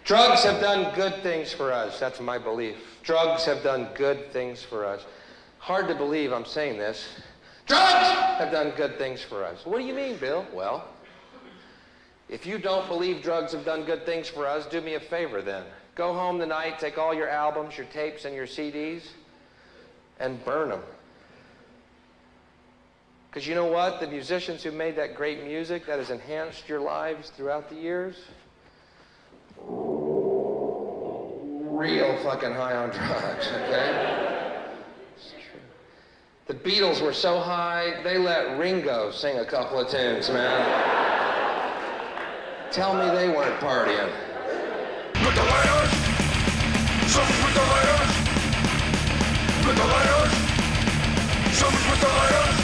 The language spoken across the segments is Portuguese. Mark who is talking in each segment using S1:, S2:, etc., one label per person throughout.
S1: Drugs have done good things for us. That's my belief. Drugs have done good things for us. Hard to believe I'm saying this. Drugs have done good things for us. What do you mean, Bill? Well, if you don't believe drugs have done good things for us, do me a favor then. Go home tonight, take all your albums, your tapes, and your CDs, and burn them. Because you know what? The musicians who made that great music that has enhanced your lives throughout the years, real fucking high on drugs, okay? It's true. The Beatles were so high, they let Ringo sing a couple of tunes, man. Tell me they weren't partying.
S2: With the layers, something's with the layers. With the layers, something's with the layers.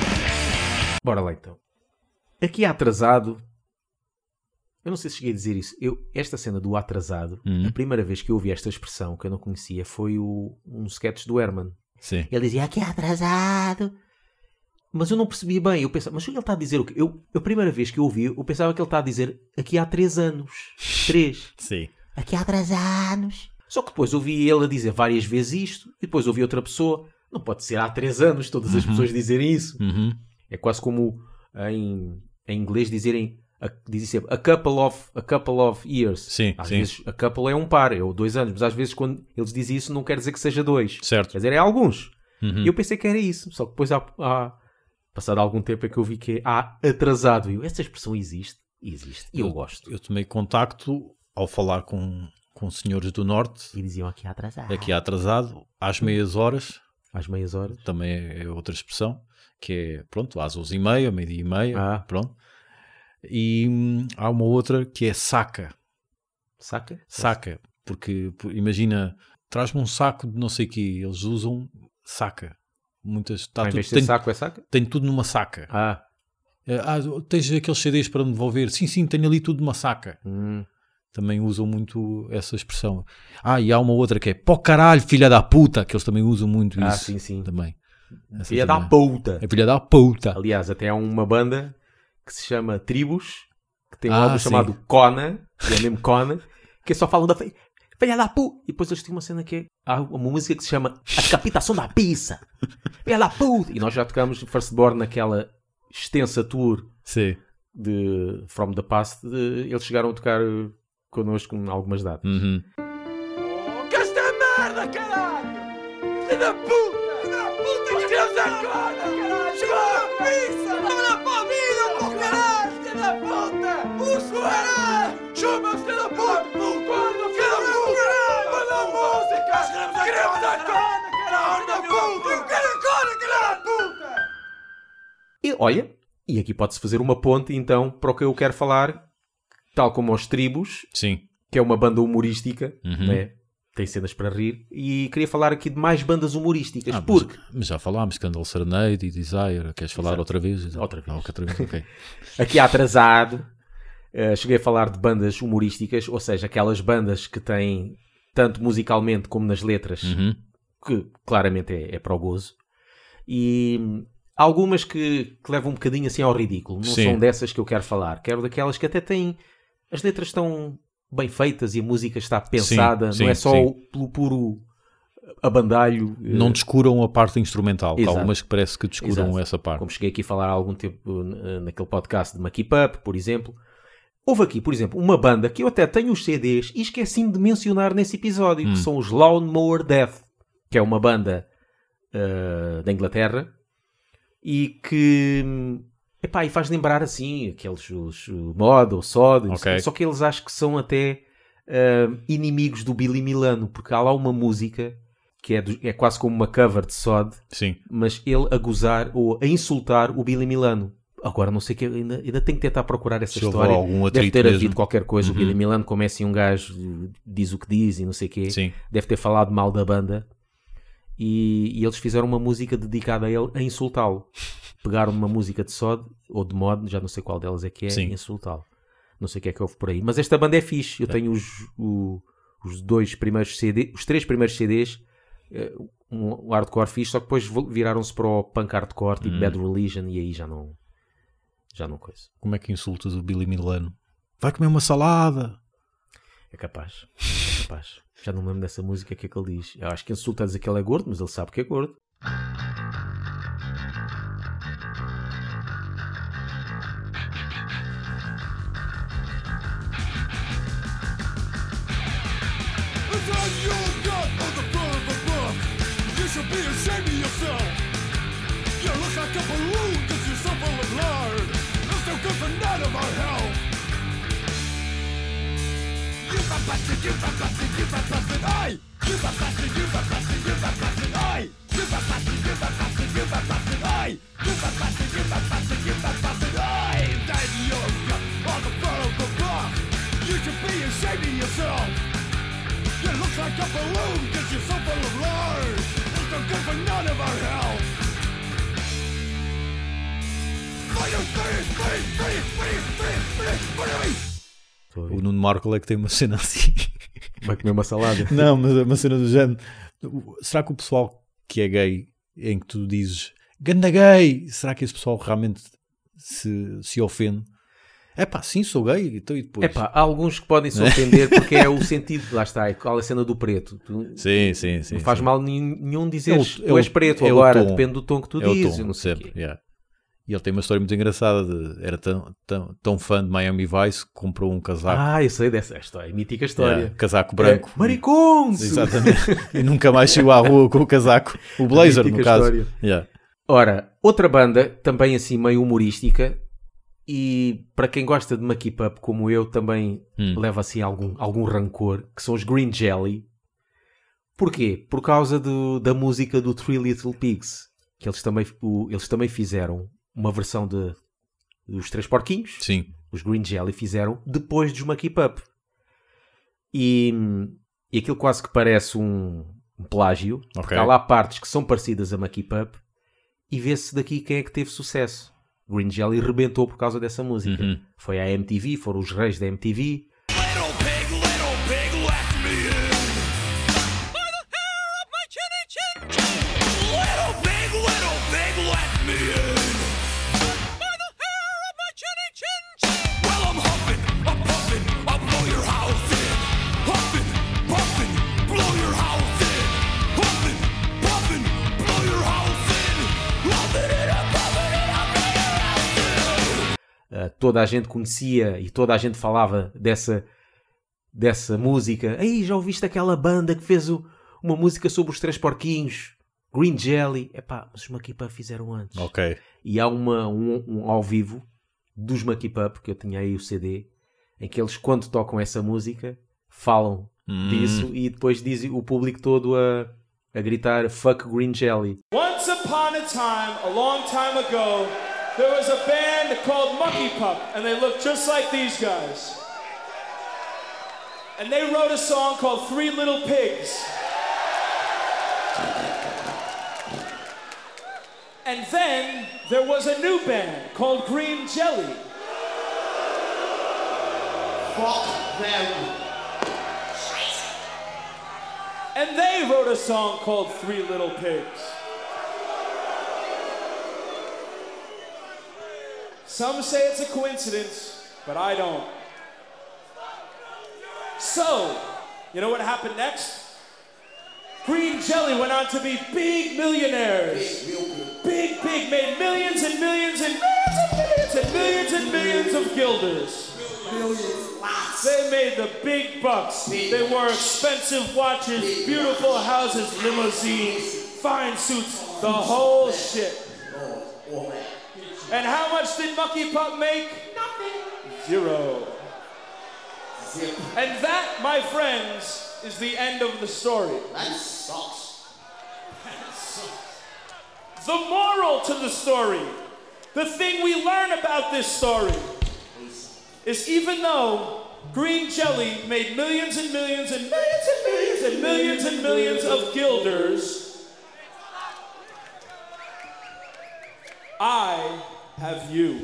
S3: Bora lá então. Aqui atrasado. Eu não sei se cheguei a dizer isso. Esta cena do atrasado, a primeira vez que eu ouvi esta expressão que eu não conhecia foi um sketch do Herman.
S4: Sim.
S3: Ele dizia aqui atrasado. Mas eu não percebi bem. Eu pensava, mas o que ele está a dizer? O quê? A primeira vez que eu ouvi, eu pensava que ele está a dizer aqui há 3 anos. 3.
S4: Sim.
S3: Aqui há 3 anos. Só que depois ouvi ele a dizer várias vezes isto. E depois ouvi outra pessoa. Não pode ser há 3 anos todas as pessoas dizerem isso. É quase como em inglês dizem sempre a couple of years.
S4: Sim,
S3: às
S4: sim.
S3: vezes a couple é um par, é 2 anos. Mas às vezes quando eles dizem isso não quer dizer que seja 2.
S4: Certo.
S3: Quer dizer, é alguns. E eu pensei que era isso. Só que depois passado algum tempo é que eu vi que há atrasado. E essa expressão existe. Existe. E eu gosto.
S4: Eu tomei contacto ao falar com senhores do Norte.
S3: E diziam aqui há atrasado.
S4: Aqui há atrasado, às meias horas.
S3: Às meias horas.
S4: Também é outra expressão. Que é, pronto, às 11h30, meio-dia e meia. Pronto. E há uma outra que é saca.
S3: Saca?
S4: Saca. Porque, imagina, traz-me um saco de não sei o quê. Eles usam saca. Muitas...
S3: Em vez de ter saco, é saca?
S4: Tenho tudo numa saca. Tens aqueles CDs para me devolver? Sim, tenho ali tudo numa saca. Também usam muito essa expressão. E há uma outra que é pó caralho, filha da puta, que eles também usam muito isso.
S3: Sim.
S4: Também.
S3: Filha da puta.
S4: É filha da puta.
S3: Aliás, até há uma banda que se chama Tribos, que tem um álbum chamado Kona, que é mesmo Kona, que só falam da filha da puta. E depois eles têm uma cena que há uma música que se chama A Decapitação da Pizza. Filha da puta. E nós já tocamos Firstborn naquela extensa tour de From the Past. Eles chegaram a tocar connosco em algumas datas.
S2: Que esta merda, caralho! Filha da puta! Filha da puta! Os tiros da cona, caralho! Chegou a pizza! Vamos lá para a vida, por caralho! Filha da puta! O caralho! Chama, filha da puta! Filha da puta! Manda a música! Queremos a cona, caralho! Filha da puta! Eu quero a cona, filha da puta!
S3: E olha, e aqui pode-se fazer uma ponte então para o que eu quero falar, tal como aos Tribos, que é uma banda humorística, né? Tem cenas para rir, e queria falar aqui de mais bandas humorísticas, porque...
S4: Mas já falámos, Candle Serenade e Desire, queres falar outra vez?
S3: Outra vez.
S4: Ok.
S3: Aqui atrasado, cheguei a falar de bandas humorísticas, ou seja, aquelas bandas que têm, tanto musicalmente como nas letras, que claramente é para o gozo, e algumas que levam um bocadinho assim ao ridículo, não são dessas que eu quero falar, quero daquelas que até têm, as letras estão bem feitas e a música está pensada, não é só pelo puro abandalho.
S4: Não descuram a parte instrumental. Há algumas que parece que descuram essa parte.
S3: Como cheguei aqui a falar há algum tempo naquele podcast de Keep Up, por exemplo. Houve aqui, por exemplo, uma banda que eu até tenho os CDs e esqueci-me de mencionar nesse episódio, que são os Lawn Mower Death, que é uma banda da Inglaterra e que... Epá, e faz lembrar assim, aqueles os Mod ou Sod, só que eles acho que são até inimigos do Billy Milano, porque há lá uma música que é quase como uma cover de Sod, mas ele a gozar ou a insultar o Billy Milano. Agora não sei que ainda tenho que tentar procurar essa história. Deve ter havido qualquer coisa. O Billy Milano, como é assim um gajo, diz o que diz e não sei o quê, deve ter falado mal da banda. E eles fizeram uma música dedicada a ele a insultá-lo. Pegaram uma música de Sod ou de Mod, já não sei qual delas é que é, e insultá-lo. Não sei o que é que houve por aí. Mas esta banda é fixe. Eu tenho os 2 primeiros CDs, os 3 primeiros CDs, um hardcore fixe, só que depois viraram-se para o punk hardcore, tipo Bad Religion, e aí já não coisa.
S4: Como é que insultas o Billy Milano? Vai comer uma salada!
S3: capaz. Já não me lembro dessa música que é que ele diz. Eu acho que insulta a dizer que ele é gordo, mas ele sabe que é gordo.
S4: O Nuno Marco é que tem uma cena assim.
S3: Vai comer uma salada.
S4: Não, mas uma cena do género. Será que o pessoal que é gay, em que tu dizes ganda gay, será que esse pessoal realmente se ofende? É pá, sim, sou gay, então e depois?
S3: É pá, há alguns que podem se ofender porque é o sentido, lá está, é qual é a cena do preto.
S4: Sim.
S3: Não faz mal nenhum dizer tu és preto
S4: é
S3: agora, depende do tom que tu dizes.
S4: Tom, não sei sempre, yeah. E ele tem uma história muito engraçada. Era tão fã de Miami Vice que comprou um casaco.
S3: Ah, eu sei dessa história, mítica história.
S4: Yeah, casaco branco.
S3: Mariconso!
S4: Exatamente. E nunca mais saiu à rua com o casaco. O blazer, no caso. Yeah.
S3: Ora, outra banda, também assim meio humorística, e para quem gosta de uma keep-up como eu, também leva assim algum rancor, que são os Green Jelly. Porquê? Por causa da música do Three Little Pigs, que eles também fizeram uma versão dos Três Porquinhos.
S4: Sim.
S3: Os Green Jelly fizeram depois dos uma keep-up. E aquilo quase que parece um plágio.
S4: Okay.
S3: Porque há lá partes que são parecidas a uma keep-up e vê-se daqui quem é que teve sucesso. Green Jelly rebentou por causa dessa música. Foi à MTV, foram os reis da MTV.
S2: Little pig, let me in. By the hair of my chinny chin. Little pig, let me in. By the hair of my chinny chin. Well, I'm huffing, I'm puffing, I'll blow your house in. Huffing, puffing, blow your house in. Huffing, puffing, blow your house in. Huffing it up, puffing it up, blow your house in.
S3: Toda a gente conhecia e toda a gente falava dessa música. Ei, já ouviste aquela banda que fez uma música sobre os Três Porquinhos? Green Jelly. Epá, mas os Maquipa fizeram antes.
S4: Ok.
S3: E há um ao vivo dos Maquipa, porque eu tinha aí o CD, em que eles, quando tocam essa música, falam disso e depois dizem o público todo a gritar Fuck Green Jelly.
S5: Once upon a time, a long time ago, there was a band called Mucky Pup, and they looked just like these guys. And they wrote a song called Three Little Pigs. And then there was a new band called Green Jelly.
S6: Fuck them.
S5: And they wrote a song called Three Little Pigs. Some say it's a coincidence, but I don't. So, you know what happened next? Green Jelly went on to be big millionaires. Big, made millions and millions and millions and millions and millions and millions of guilders. They made the big bucks. They wore expensive watches, beautiful houses, limousines, fine suits, the whole shit. And how much did Mucky Pup make? Nothing. Zero. And that, my friends, is the end of the story.
S6: That sucks.
S5: The moral to the story, the thing we learn about this story, is even though Green Jelly made millions and millions and millions and millions and millions and millions of guilders, I have you.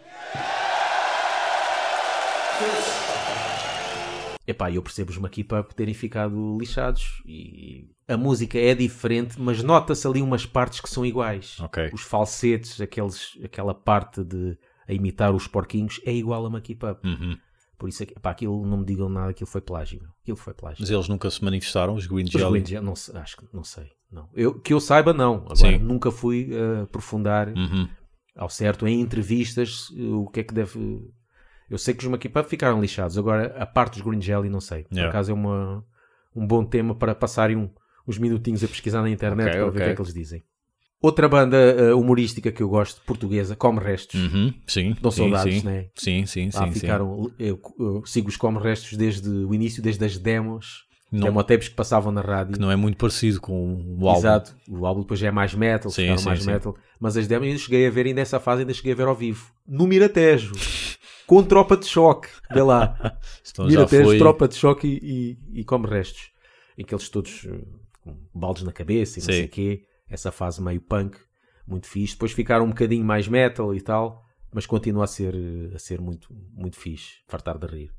S3: Epá, eu percebo os Maquipa por terem ficado lixados e a música é diferente, mas nota-se ali umas partes que são iguais.
S4: Okay.
S3: Os falsetes, aquela parte de a imitar os porquinhos é igual a Maquipa. Por isso, aquilo não me digam nada, aquilo foi plágio. Aquilo foi plágio.
S4: Mas eles nunca se manifestaram, os Green
S3: Os
S4: Jelly?
S3: Green Jelly, acho que não sei. Não. Que eu saiba, não. Agora,
S4: Sim.
S3: nunca fui aprofundar ao certo em entrevistas o que é que deve... Eu sei que os Macky Pup ficaram lixados. Agora, a parte dos Green Jelly, não sei. Por acaso é um bom tema para passarem uns minutinhos a pesquisar na internet para ver o que é que eles dizem. Outra banda humorística que eu gosto, portuguesa, Come Restos.
S4: Sim.
S3: Dão saudades,
S4: sim.
S3: né?
S4: Sim.
S3: Eu sigo os Come Restos desde o início, desde as demos, demotapes que passavam na rádio.
S4: Que não é muito parecido com o álbum.
S3: Exato. O álbum depois já é mais metal, metal. Mas as demos eu cheguei a ver, ainda nessa fase, ainda cheguei a ver ao vivo. No Miratejo. Com Tropa de Choque. Vê lá.
S4: Então
S3: Miratejo,
S4: foi...
S3: Tropa de Choque e Come Restos. Em que eles todos com baldes na cabeça e não sei o quê. Essa fase meio punk, muito fixe. Depois ficaram um bocadinho mais metal e tal, mas continua a ser muito, muito fixe. Fartar de rir.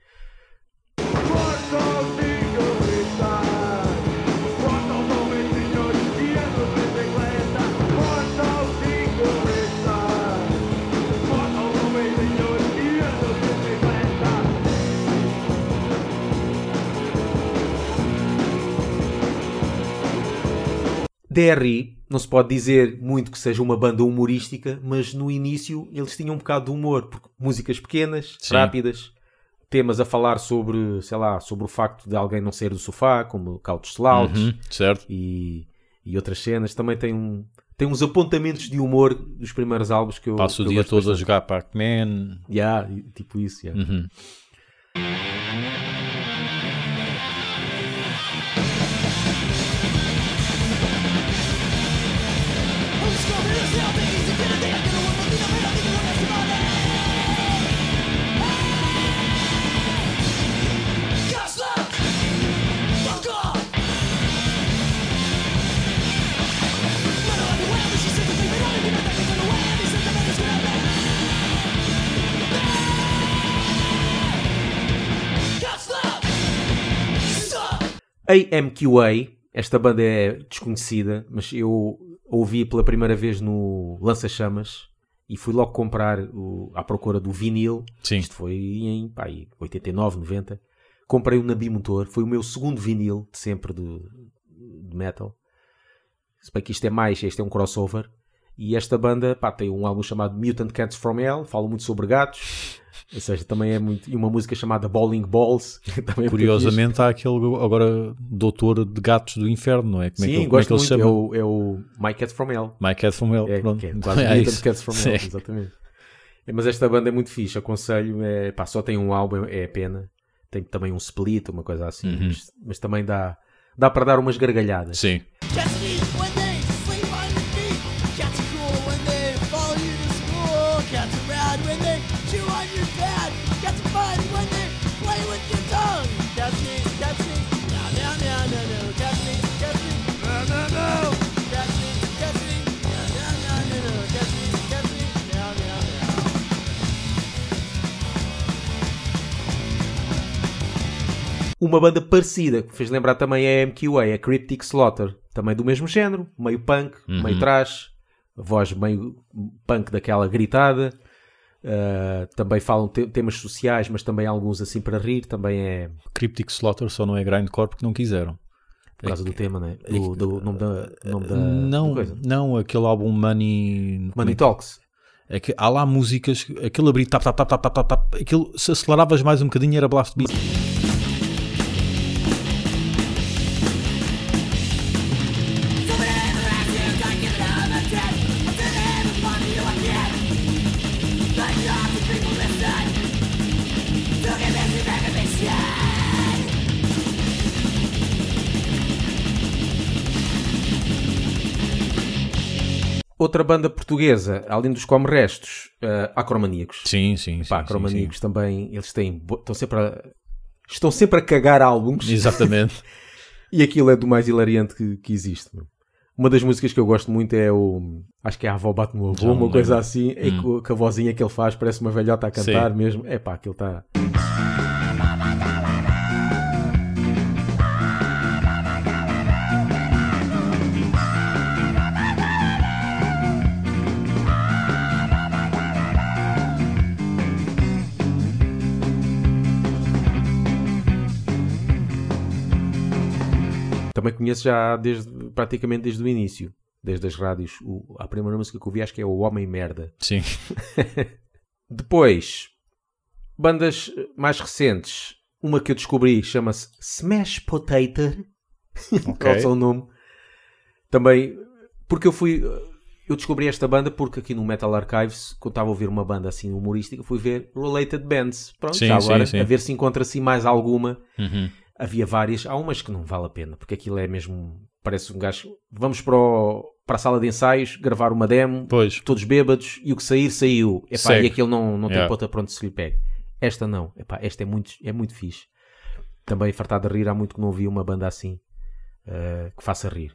S3: DRI, não se pode dizer muito que seja uma banda humorística, mas no início eles tinham um bocado de humor, porque músicas pequenas, rápidas, temas a falar sobre, sei lá, sobre o facto de alguém não sair do sofá, como Couch Slouch,
S4: certo.
S3: E outras cenas. Também tem uns apontamentos de humor dos primeiros álbuns que eu
S4: passo o dia todo a jogar Pac-Man.
S3: Tipo isso, AMQA, esta banda é desconhecida, mas eu ouvi pela primeira vez no Lança-Chamas e fui logo comprar à procura do vinil.
S4: Sim.
S3: Isto foi em 89, 90. Comprei-o na Bimotor, foi o meu segundo vinil de sempre de metal. Se bem que este é um crossover. E esta banda tem um álbum chamado Mutant Cats from Hell, fala muito sobre gatos. Ou seja, também é muito... E uma música chamada Bowling Balls. Também
S4: curiosamente há aquele agora doutor de gatos do inferno, não é?
S3: Sim, gosto muito. É o My Cat From Hell.
S4: My Cat From Hell, pronto.
S3: Mutant Cats From Hell, exatamente. Mas esta banda é muito fixe, aconselho. Só tem um álbum, é pena. Tem também um split, uma coisa assim. Mas também dá para dar umas gargalhadas.
S4: Sim.
S3: Uma banda parecida, que fez lembrar também a AMQA, a Cryptic Slaughter, também do mesmo género, meio punk, meio thrash, a voz meio punk daquela gritada, também falam temas sociais, mas também alguns assim para rir, também é...
S4: Cryptic Slaughter só não é grindcore porque não quiseram.
S3: Por causa do tema, né? Do nome da coisa.
S4: Não, aquele álbum Money
S3: Talks.
S4: É que há lá músicas, aquele abrir tap, aquilo, se aceleravas mais um bocadinho era blast beat.
S3: Outra banda portuguesa, além dos Come Restos, Acromaníacos.
S4: Sim.
S3: Acromaníacos também, eles estão sempre a cagar álbuns.
S4: Exatamente.
S3: E aquilo é do mais hilariante que existe. Uma das músicas que eu gosto muito é acho que é A Avó Bate no Avô, uma coisa assim, que a vozinha que ele faz parece uma velhota a cantar mesmo. Aquilo está... Também conheço já praticamente desde o início. Desde as rádios. A primeira música que eu vi acho que é o Homem Merda.
S4: Sim.
S3: Depois, bandas mais recentes. Uma que eu descobri chama-se Smash Potato. Qual é o nome? Também, porque eu descobri esta banda porque aqui no Metal Archives, quando estava a ouvir uma banda assim humorística, fui ver Related Bands. Pronto,
S4: sim,
S3: já agora,
S4: sim.
S3: a ver se encontra assim mais alguma. Havia várias, há umas que não vale a pena, porque aquilo é mesmo, parece um gajo, vamos para a sala de ensaios, gravar uma demo, todos bêbados, e o que sair, saiu. Epá, e aquilo não tem ponta para onde se lhe pega. Esta não, epá, esta é muito fixe. Também fartado de rir, há muito que não ouvi uma banda assim, que faça rir.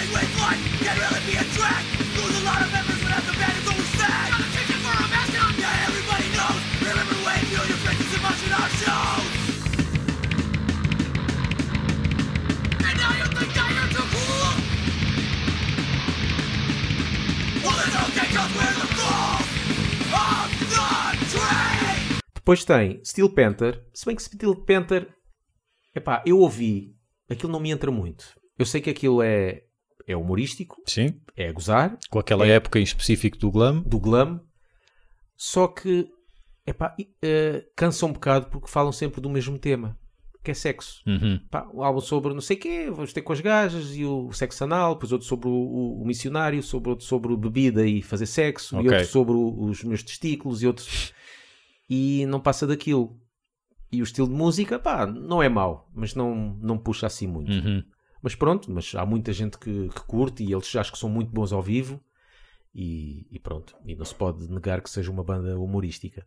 S3: Depois tem Steel Panther. Se bem que Steel Panther, epá, eu ouvi, aquilo não me entra muito. Eu sei que aquilo é humorístico,
S4: sim,
S3: é a gozar,
S4: com aquela época em específico do glam,
S3: só que epá, cansa um bocado porque falam sempre do mesmo tema, que é sexo. Epá, um álbum sobre não sei o quê, vamos ter com as gajas e o sexo anal, depois outro sobre o missionário, outro sobre bebida e fazer sexo, e outro sobre os meus testículos, e outros... E não passa daquilo. E o estilo de música, pá, não é mau, mas não puxa assim muito. Mas pronto, mas há muita gente que curte e eles acho que são muito bons ao vivo. E pronto, e não se pode negar que seja uma banda humorística.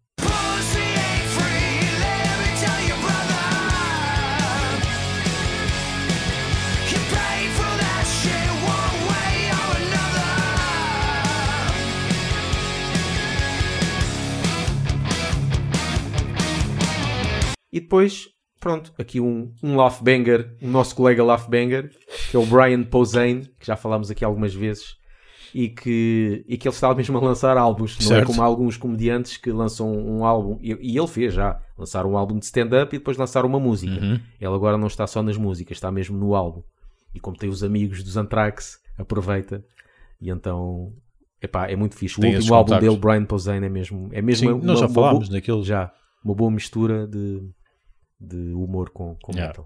S3: E depois, pronto, aqui um laugh banger, o nosso colega laugh banger, que é o Brian Posehn, que já falámos aqui algumas vezes, e que ele está mesmo a lançar álbuns, não é como alguns comediantes que lançam um álbum, e ele fez já, lançar um álbum de stand-up e depois lançar uma música. Ele agora não está só nas músicas, está mesmo no álbum. E como tem os amigos dos Anthrax, aproveita, e então, epá, é muito fixe. O último álbum dele, Brian Posehn, é mesmo
S4: sim, nós já falámos daquele.
S3: Já, uma boa mistura de humor com metal.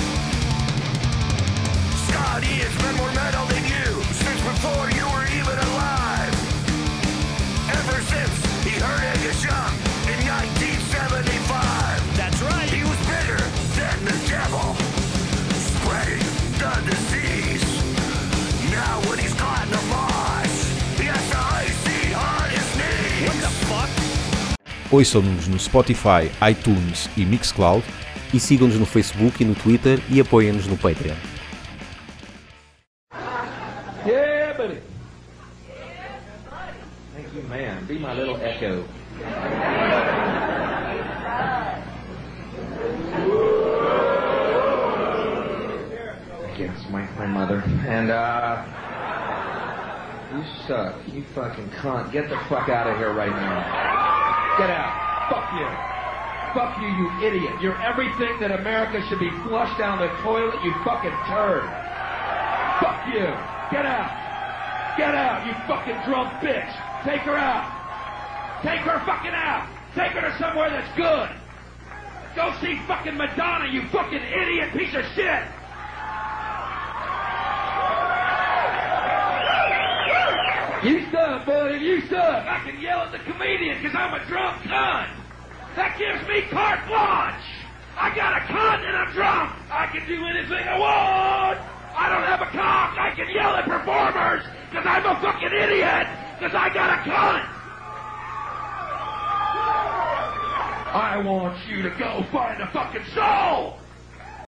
S2: Scotty has been more metal than you since before you were even alive. Ever since he heard Angus Young in 1975. That's right. He was bigger than the devil, spreading the disease. Now when he's caught in the mosh, he has to ice on his knees. What the fuck?
S4: Ouçam-nos no Spotify, iTunes e Mixcloud.
S3: E sigam-nos no Facebook e no Twitter e apoiem-nos no Patreon.
S1: Yeah, buddy. Thank you, man. Be my little echo. Yes, my mother. And, you suck. You fucking cunt. Get the fuck out of here right now. Get out. Fuck you. Fuck you, you idiot. You're everything that America should be flushed down the toilet, you fucking turd. Fuck you. Get out. Get out, you fucking drunk bitch. Take her out. Take her fucking out. Take her to somewhere that's good. Go see fucking Madonna, you fucking idiot piece of shit. You suck, buddy. You suck. I can yell at the comedian because I'm a drunk cunt. That gives me carte blanche. I got a cunt and I'm drunk. I can do anything I want. I don't have a cock. I can yell at performers because I'm a fucking idiot because I got a cunt. I want you to go find a fucking soul.